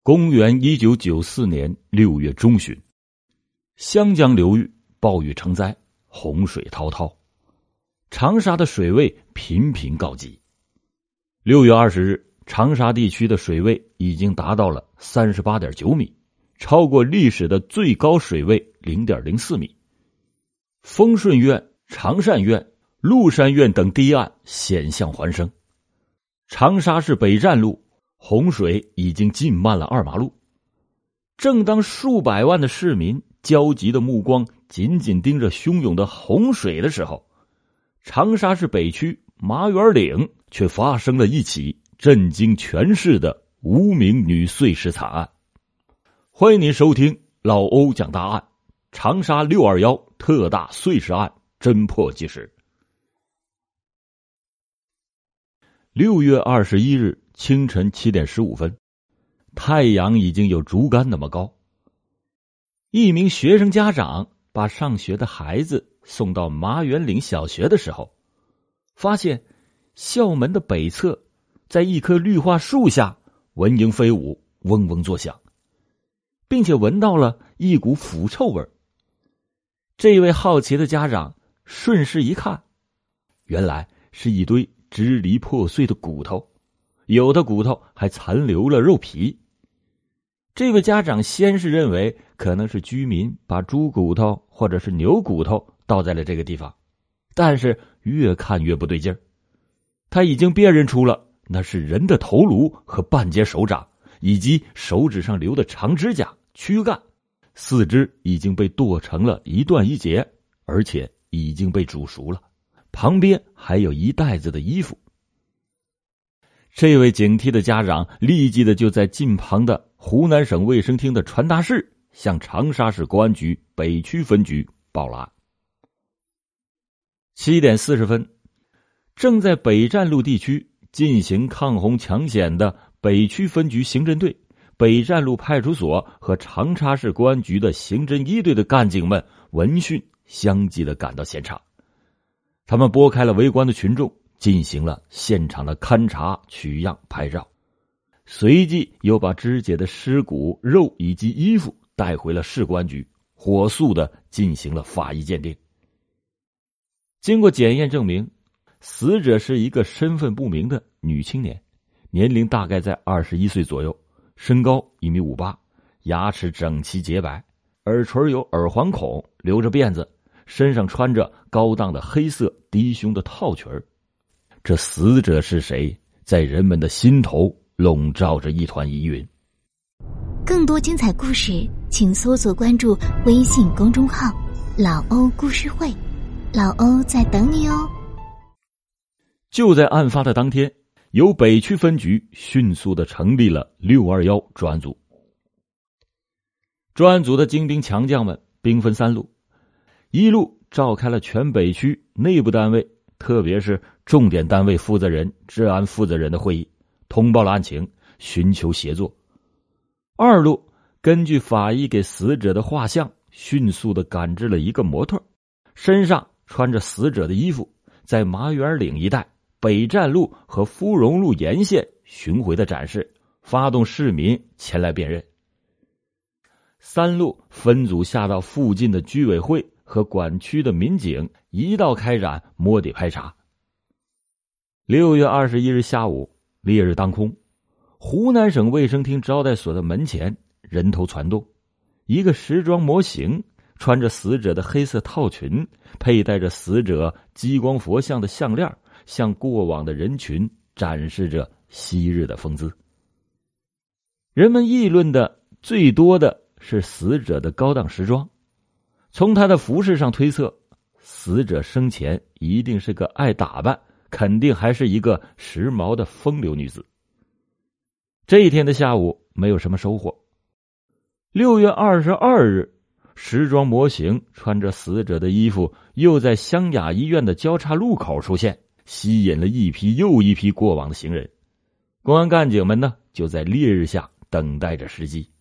公元1994年6月中旬，湘江流域暴雨成灾，洪水滔滔，长沙的水位频频告急。6月20日，长沙地区的水位已经达到了 38.9 米，超过历史的最高水位 0.04 米。丰顺苑、长善苑、麓山苑等堤岸险象环生。长沙市北站路洪水已经浸满了2马路。正当数百万的市民焦急的目光紧紧盯着汹涌的洪水的时候，长沙市北区麻园岭却发生了一起震惊全市的无名女碎尸惨案。欢迎您收听老欧讲大案，长沙621特大碎尸案侦破纪实。6月21日清晨7点15分，太阳已经有竹竿那么高。一名学生家长把上学的孩子送到麻园岭小学的时候，发现校门的北侧，在一棵绿化树下，蚊蝇飞舞，嗡嗡作响，并且闻到了一股腐臭味。这位好奇的家长顺势一看，原来是一堆支离破碎的骨头，有的骨头还残留了肉皮。这位家长先是认为可能是居民把猪骨头或者是牛骨头倒在了这个地方，但是越看越不对劲儿。他已经辨认出了那是人的头颅和半截手掌，以及手指上留的长指甲、躯干，四肢已经被剁成了一段一截，而且已经被煮熟了，旁边还有一袋子的衣服。这位警惕的家长立即的就在近旁的湖南省卫生厅的传达室向长沙市公安局北区分局报了案。7点40分，正在北站路地区进行抗洪抢险的北区分局刑侦队、北站路派出所和长沙市公安局的刑侦一队的干警们闻讯相继的赶到现场。他们拨开了围观的群众，进行了现场的勘查、取样、拍照，随即又把肢解的尸骨、肉以及衣服带回了市公安局，火速的进行了法医鉴定。经过检验证明，死者是一个身份不明的女青年，年龄大概在21岁左右，身高1.58米，牙齿整齐洁白，耳垂有耳环孔，留着辫子，身上穿着高档的黑色低胸的套裙。这死者是谁，在人们的心头笼罩着一团疑云。 更多精彩故事，请搜索关注微信公众号老欧故事会，老欧在等你哦。 就在案发的当天，由北区分局迅速的成立了621专案组。专案组的精兵强将们兵分3路，一路召开了全北区内部单位，特别是重点单位负责人、治安负责人的会议，通报了案情，寻求协作。2路根据法医给死者的画像，迅速的赶制了一个模特，身上穿着死者的衣服，在麻园岭一带、北站路和芙蓉路沿线巡回的展示，发动市民前来辨认。3路分组下到附近的居委会和管区的民警一道开展摸底排查。6月21日下午，烈日当空，湖南省卫生厅招待所的门前人头攒动，一个时装模型穿着死者的黑色套裙，佩戴着死者激光佛像的项链，向过往的人群展示着昔日的风姿。人们议论的最多的是死者的高档时装，从他的服饰上推测，死者生前一定是个爱打扮，肯定还是一个时髦的风流女子。这一天的下午没有什么收获。6月22日，时装模型穿着死者的衣服又在湘雅医院的交叉路口出现，吸引了一批又一批过往的行人。公安干警们呢，就在烈日下等待着时机。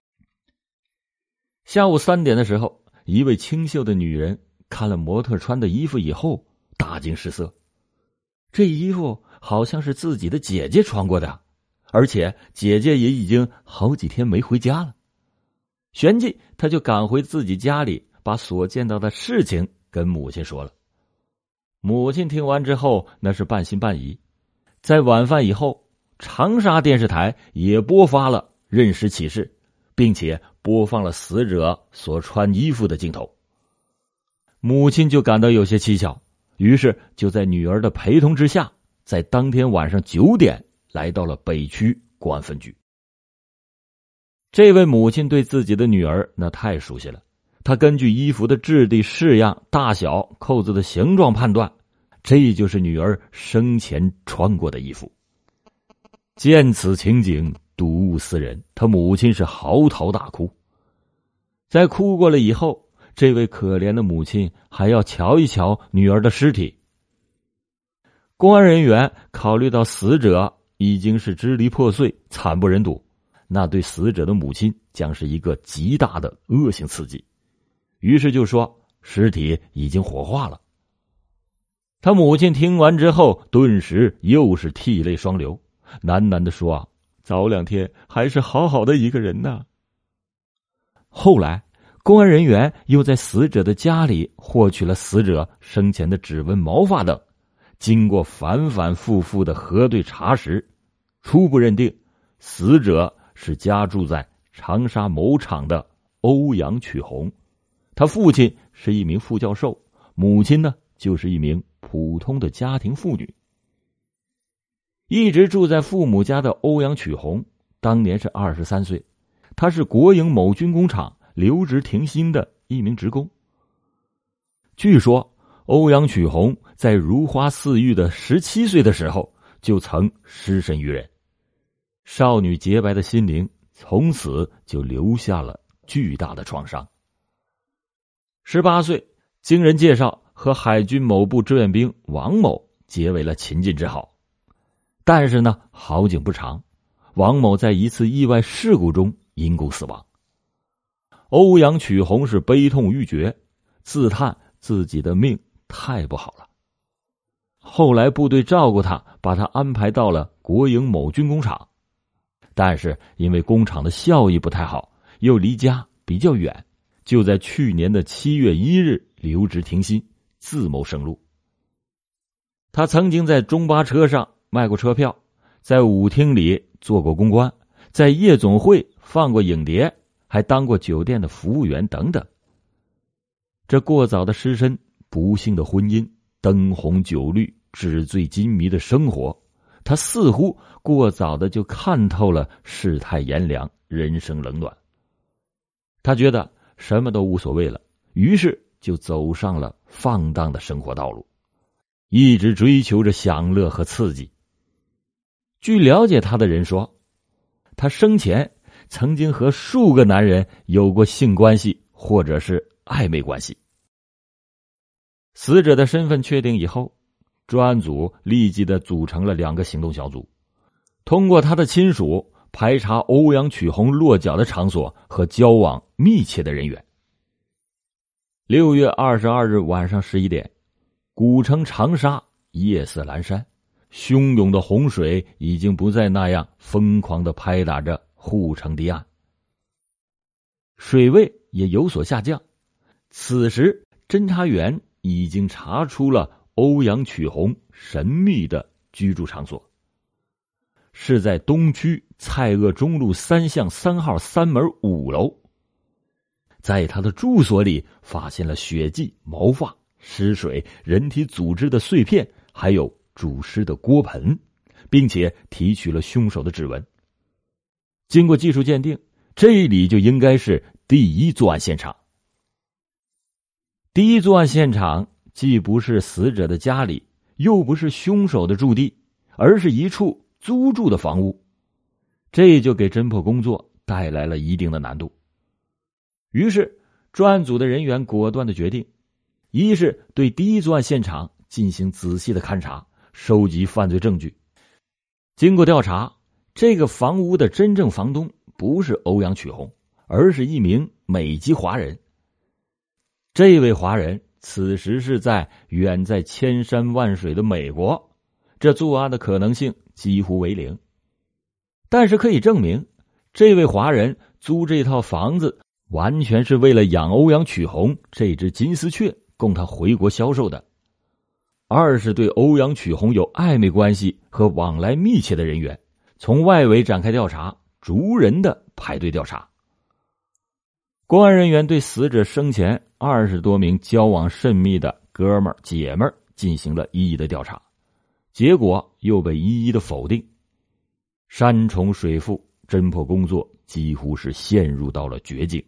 下午3点的时候，一位清秀的女人看了模特穿的衣服以后，大惊失色。这衣服好像是自己的姐姐穿过的， 而且姐姐也已经好几天没回家了。旋即他就赶回自己家里，把所见到的事情跟母亲说了。母亲听完之后那是半信半疑。在晚饭以后，长沙电视台也播发了认尸启事，并且播放了死者所穿衣服的镜头。母亲就感到有些蹊跷，于是就在女儿的陪同之下，在当天晚上9点来到了北区公安分局。这位母亲对自己的女儿那太熟悉了，她根据衣服的质地、式样、大小、扣子的形状判断，这就是女儿生前穿过的衣服。见此情景，睹物思人，她母亲是嚎啕大哭。在哭过了以后，这位可怜的母亲还要瞧一瞧女儿的尸体。公安人员考虑到死者已经是支离破碎、惨不忍睹，那对死者的母亲将是一个极大的恶性刺激，于是就说尸体已经火化了。他母亲听完之后，顿时又是涕泪双流，喃喃地说啊，早2天还是好好的一个人呢。后来公安人员又在死者的家里获取了死者生前的指纹、毛发等，经过反反复复的核对查实，初步认定死者是家住在长沙某厂的欧阳曲红，他父亲是一名副教授，母亲呢就是一名普通的家庭妇女。一直住在父母家的欧阳曲红当年是23岁，他是国营某军工厂留职停薪的一名职工。据说欧阳曲红在如花似玉的17岁的时候就曾失身于人，少女洁白的心灵从此就留下了巨大的创伤。18岁，经人介绍和海军某部志愿兵王某结为了秦晋之好。但是呢，好景不长，王某在一次意外事故中因公死亡。欧阳曲红是悲痛欲绝，自叹自己的命太不好了。后来部队照顾他，把他安排到了国营某军工厂，但是因为工厂的效益不太好，又离家比较远，就在去年的7月1日留职停薪，自谋生路。他曾经在中巴车上卖过车票，在舞厅里做过公关，在夜总会放过影碟，还当过酒店的服务员等等。这过早的失身，不幸的婚姻，灯红酒绿、纸醉金迷的生活，他似乎过早的就看透了世态炎凉、人生冷暖。他觉得什么都无所谓了，于是就走上了放荡的生活道路，一直追求着享乐和刺激。据了解他的人说，他生前曾经和数个男人有过性关系或者是暧昧关系。死者的身份确定以后，专案组立即的组成了2个行动小组，通过他的亲属排查欧阳曲红落脚的场所和交往密切的人员。6月22日晚上11点，古城长沙夜色阑珊，汹涌的洪水已经不再那样疯狂地拍打着护城堤岸，水位也有所下降。此时侦查员已经查出了欧阳曲红神秘的居住场所，是在东区蔡锷中路3巷3号3门5楼。在他的住所里发现了血迹、毛发、尸水、人体组织的碎片，还有煮尸的锅盆，并且提取了凶手的指纹。经过技术鉴定，这里就应该是第1作案现场。第1作案现场既不是死者的家里，又不是凶手的驻地，而是一处租住的房屋，这就给侦破工作带来了一定的难度。于是专案组的人员果断的决定，一是对第1作案现场进行仔细的勘查，收集犯罪证据。经过调查，这个房屋的真正房东不是欧阳曲红，而是一名美籍华人。这位华人此时是远在千山万水的美国，这作案的可能性几乎为0。 但是可以证明，这位华人租这套房子完全是为了养欧阳曲红这只金丝雀，供他回国销售的。二是对欧阳曲红有暧昧关系和往来密切的人员，从外围展开调查，逐人的排队调查。公安人员对死者生前20多名交往甚密的哥们儿姐们儿进行了一一的调查，结果又被一一的否定。山重水复，侦破工作几乎是陷入到了绝境。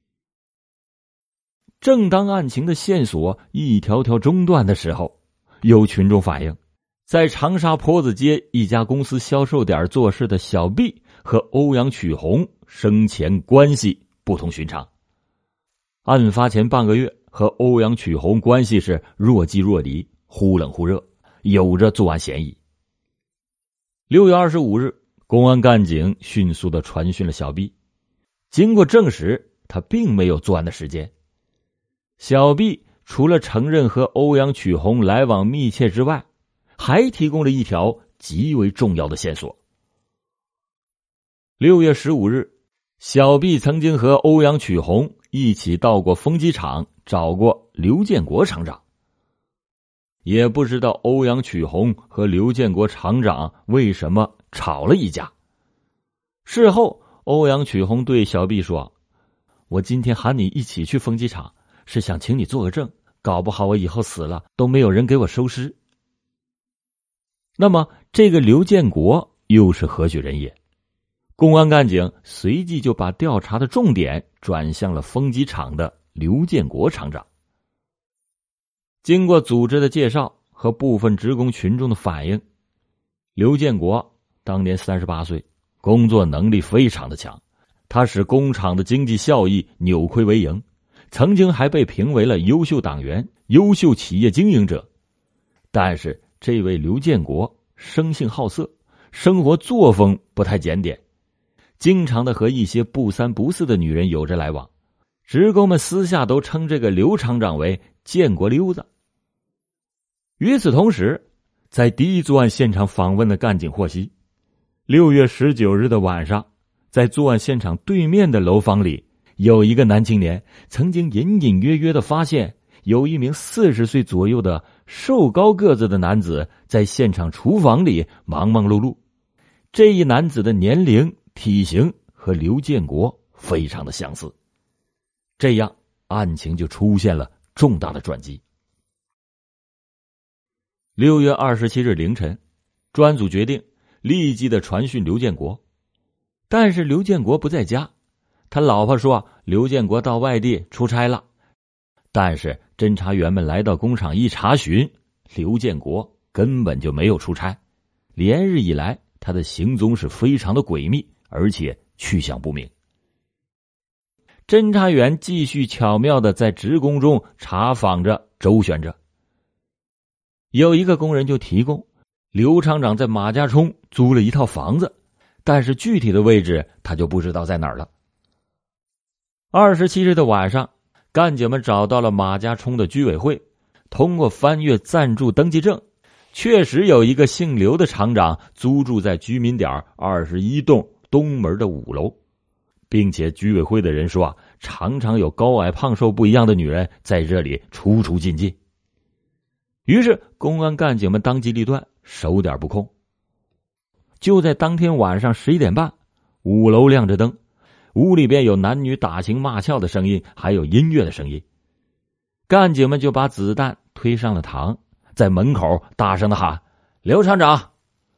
正当案情的线索一条条中断的时候，有群众反映，在长沙坡子街一家公司销售点做事的小 B 和欧阳曲红生前关系不同寻常。案发前半个月，和欧阳曲红关系是若即若离，忽冷忽热，有着作案嫌疑。6月25日，公安干警迅速地传讯了小 B， 经过证实，他并没有作案的时间。小 B 除了承认和欧阳曲红来往密切之外，还提供了一条极为重要的线索。6月15日，小 B 曾经和欧阳曲红一起到过风机厂找过刘建国厂长。也不知道欧阳曲红和刘建国厂长为什么吵了一架。事后，欧阳曲红对小 B 说：“我今天喊你一起去风机厂，是想请你做个证，搞不好我以后死了都没有人给我收尸。”那么，这个刘建国又是何许人也？公安干警随即就把调查的重点转向了风机厂的刘建国厂长。经过组织的介绍和部分职工群众的反映，刘建国当年38岁，工作能力非常的强，他使工厂的经济效益扭亏为盈，曾经还被评为了优秀党员、优秀企业经营者。但是这位刘建国生性好色，生活作风不太检点，经常的和一些不三不四的女人有着来往，职工们私下都称这个刘厂长为建国溜子。与此同时，在第一作案现场访问的干警获悉，6月19日的晚上，在作案现场对面的楼房里，有一个男青年曾经隐隐约约的发现，有一名40岁左右的瘦高个子的男子在现场厨房里忙忙碌碌。这一男子的年龄、体型和刘建国非常的相似，这样案情就出现了重大的转机。6月27日凌晨，专案组决定立即的传讯刘建国，但是刘建国不在家，他老婆说刘建国到外地出差了。但是侦查员们来到工厂一查询，刘建国根本就没有出差，连日以来他的行踪是非常的诡秘，而且去向不明。侦查员继续巧妙的在职工中查访着、周旋着。有一个工人就提供，刘厂长在马家冲租了一套房子，但是具体的位置他就不知道在哪儿了。27日的晚上，干警们找到了马家冲的居委会，通过翻阅暂住登记证，确实有一个姓刘的厂长租住在居民点21栋东门的5楼，并且居委会的人说常常有高矮胖瘦不一样的女人在这里出出进进。于是公安干警们当机立断，手点不空。就在当天晚上11点半，5楼亮着灯，屋里边有男女打情骂俏的声音，还有音乐的声音。干警们就把子弹推上了膛，在门口大声的喊：“刘厂长！”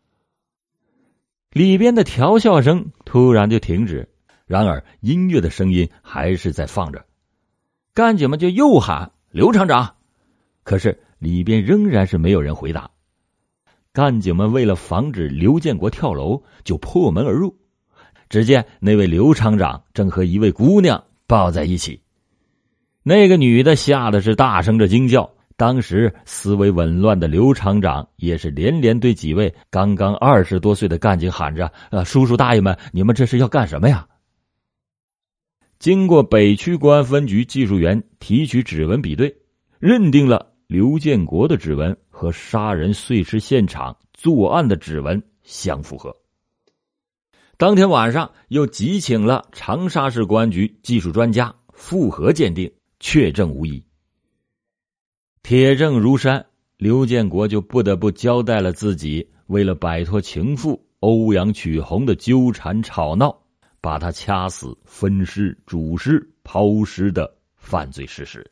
里边的调笑声突然就停止，然而音乐的声音还是在放着。干警们就又喊：“刘厂长！”可是里边仍然是没有人回答。干警们为了防止刘建国跳楼，就破门而入。只见那位刘厂长正和一位姑娘抱在一起，那个女的吓得是大声着惊叫。当时思维紊乱的刘厂长也是连连对几位刚刚20多岁的干警喊着：“叔叔大爷们，你们这是要干什么呀？”经过北区公安分局技术员提取指纹比对，认定了刘建国的指纹和杀人碎尸现场作案的指纹相符合。 当天晚上又急请了长沙市公安局技术专家复核鉴定，确证无疑。铁证如山，刘建国就不得不交代了自己为了摆脱情妇欧阳曲红的纠缠吵闹，把他掐死、分尸、煮尸、抛尸的犯罪事实。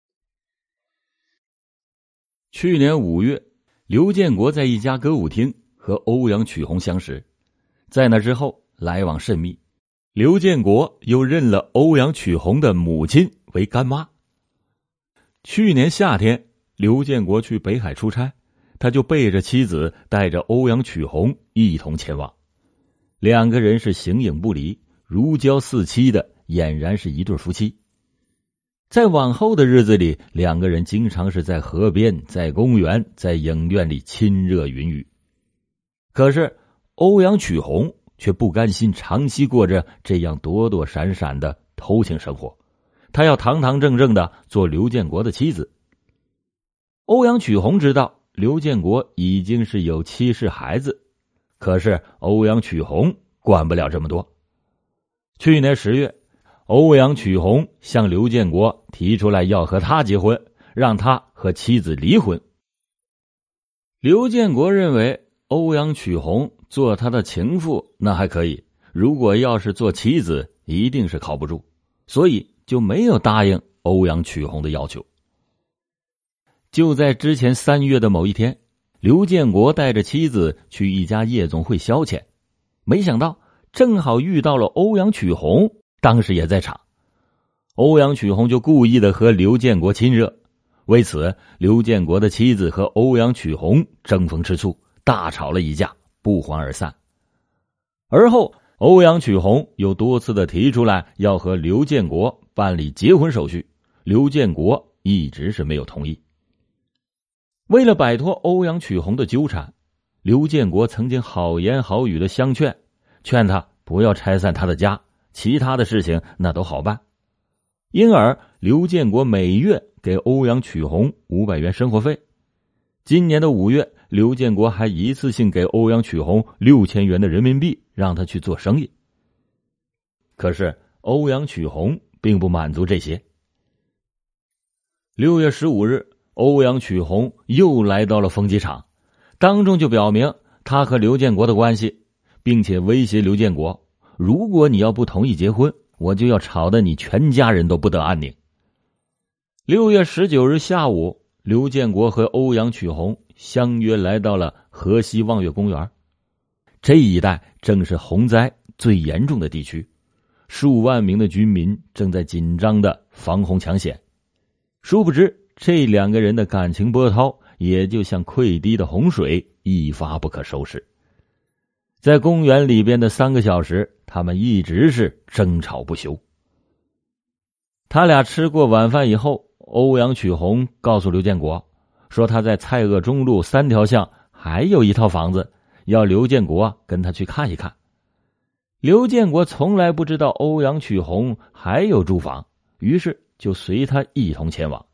去年5月，刘建国在一家歌舞厅和欧阳曲红相识，在那之后来往甚密。刘建国又认了欧阳曲红的母亲为干妈。去年夏天，刘建国去北海出差，他就背着妻子带着欧阳曲红一同前往。两个人是形影不离，如胶似漆的，俨然是一对夫妻。在往后的日子里，两个人经常是在河边、在公园、在影院里亲热云雨。可是欧阳曲红却不甘心长期过着这样躲躲闪闪的偷情生活，他要堂堂正正的做刘建国的妻子。欧阳曲红知道刘建国已经是有妻室孩子，可是欧阳曲红管不了这么多。去年10月，欧阳曲红向刘建国提出来要和他结婚，让他和妻子离婚。刘建国认为欧阳曲红做他的情妇那还可以，如果要是做妻子一定是靠不住，所以就没有答应欧阳曲红的要求。就在之前3月的某一天，刘建国带着妻子去一家夜总会消遣，没想到正好遇到了欧阳曲红，当时也在场。欧阳曲红就故意的和刘建国亲热，为此刘建国的妻子和欧阳曲红争风吃醋，大吵了一架，不欢而散。而后欧阳曲红又多次的提出来要和刘建国办理结婚手续，刘建国一直是没有同意。为了摆脱欧阳曲红的纠缠，刘建国曾经好言好语的相劝，劝他不要拆散他的家，其他的事情那都好办。因而刘建国每月给欧阳曲红500元生活费。今年的5月，刘建国还一次性给欧阳曲红6000元的人民币，让他去做生意。可是欧阳曲红并不满足这些。6月15日，欧阳曲红又来到了风机场，当众就表明他和刘建国的关系，并且威胁刘建国，如果你要不同意结婚，我就要吵得你全家人都不得安宁。6月19日下午，刘建国和欧阳曲红相约来到了河西望月公园。这一带正是洪灾最严重的地区，数万名的军民正在紧张的防洪抢险。殊不知这两个人的感情波涛也就像溃堤的洪水，一发不可收拾。在公园里边的3个小时，他们一直是争吵不休。他俩吃过晚饭以后，欧阳曲红告诉刘建国说，他在蔡锷中路3条巷还有一套房子，要刘建国跟他去看一看。刘建国从来不知道欧阳曲红还有住房，于是就随他一同前往。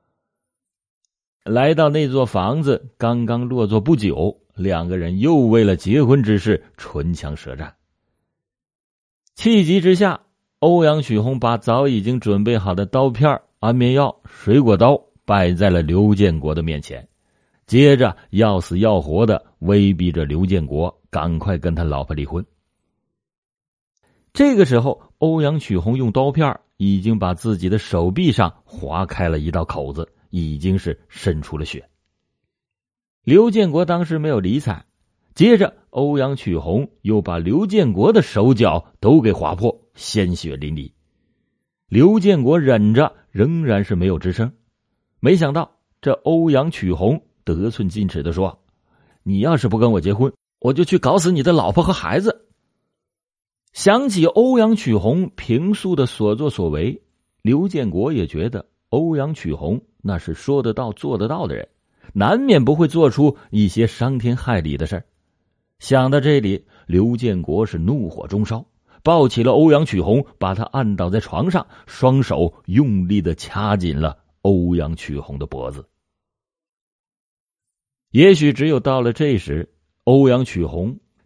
来到那座房子，刚刚落座不久，两个人又为了结婚之事唇枪舌战。气急之下，欧阳曲红把早已经准备好的刀片、安眠药、水果刀摆在了刘建国的面前，接着要死要活的威逼着刘建国赶快跟他老婆离婚。这个时候，欧阳曲红用刀片已经把自己的手臂上划开了一道口子，已经是渗出了血。刘建国当时没有理睬，接着欧阳曲红又把刘建国的手脚都给划破，鲜血淋漓。刘建国忍着，仍然是没有吱声。没想到这欧阳曲红得寸进尺地说，你要是不跟我结婚，我就去搞死你的老婆和孩子。想起欧阳曲红平素的所作所为，刘建国也觉得欧阳曲红那是说得到做得到的人，难免不会做出一些伤天害理的事儿。想到这里，刘建国是怒火中烧，抱起了欧阳曲红，把他按倒在床上，双手用力地掐紧了欧阳曲红的脖子。也许只有到了这时，欧阳曲红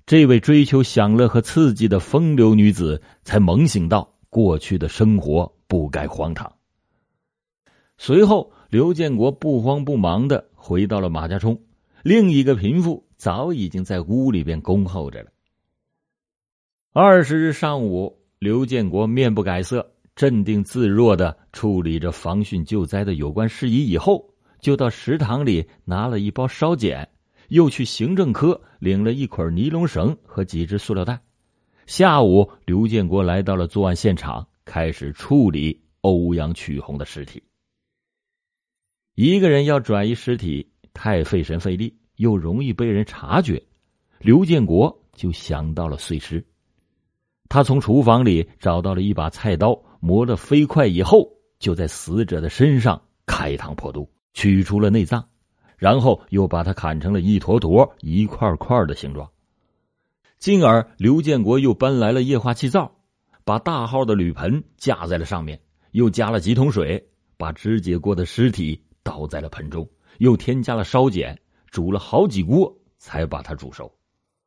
这位追求享乐和刺激的风流女子才猛醒到过去的生活不该荒唐。随后，刘建国不慌不忙地回到了马家冲，另一个贫妇早已经在屋里边恭候着了。20日上午，刘建国面不改色，镇定自若地处理着防汛救灾的有关事宜以后，就到食堂里拿了一包烧碱，又去行政科领了一捆尼龙绳和几只塑料袋。下午，刘建国来到了作案现场，开始处理欧阳曲红的尸体。一个人要转移尸体太费神费力，又容易被人察觉，刘建国就想到了碎尸。他从厨房里找到了一把菜刀，磨得飞快以后，就在死者的身上开膛破肚，取出了内脏，然后又把它砍成了一坨坨一块块的形状。进而刘建国又搬来了液化气灶，把大号的铝盆架在了上面，又加了几桶水，把肢解过的尸体倒在了盆中，又添加了烧碱，煮了好几锅才把它煮熟。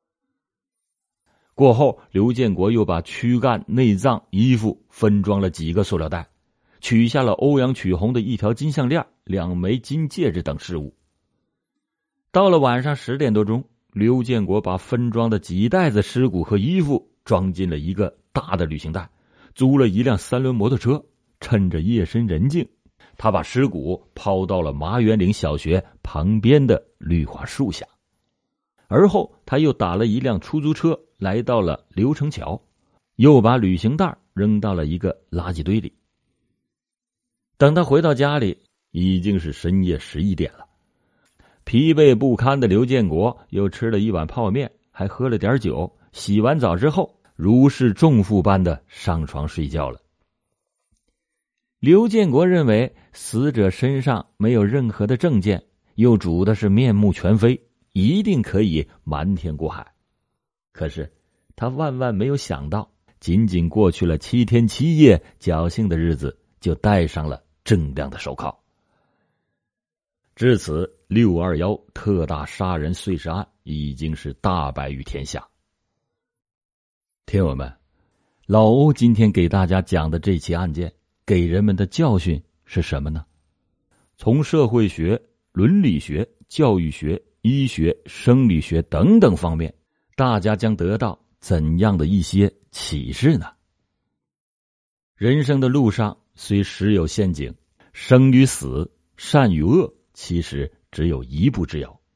过后，刘建国又把躯干、内脏、衣服分装了几个塑料袋，取下了欧阳曲红的一条金项链、2枚金戒指等饰物。到了晚上10点多钟，刘建国把分装的几袋子尸骨和衣服装进了一个大的旅行袋，租了一辆3轮摩托车，趁着夜深人静，他把尸骨抛到了麻园岭小学旁边的绿化树下。而后他又打了一辆出租车来到了刘城桥，又把旅行袋扔到了一个垃圾堆里。等他回到家里，已经是深夜11点了。疲惫不堪的刘建国又吃了一碗泡面，还喝了点酒，洗完澡之后如释重负般的上床睡觉了。刘建国认为死者身上没有任何的证件，又煮的是面目全非，一定可以瞒天过海。可是他万万没有想到，仅仅过去了7天7夜，侥幸的日子就戴上了锃亮的手铐。至此，621特大杀人碎尸案已经是大白于天下。听友们，老欧今天给大家讲的这起案件给人们的教训是什么呢？从社会学、伦理学、教育学、医学、生理学等等方面，大家将得到怎样的一些启示呢？人生的路上虽时有陷阱，生与死、善与恶其实只有一步之遥。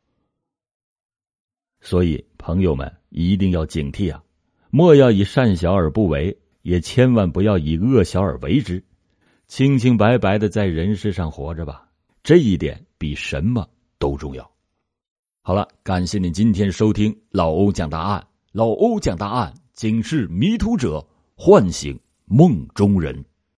所以朋友们一定要警惕啊，莫要以善小而不为，也千万不要以恶小而为之。清清白白的在人世上活着吧，这一点比什么都重要。好了，感谢您今天收听老欧讲答案。老欧讲答案，警示迷途者，唤醒梦中人。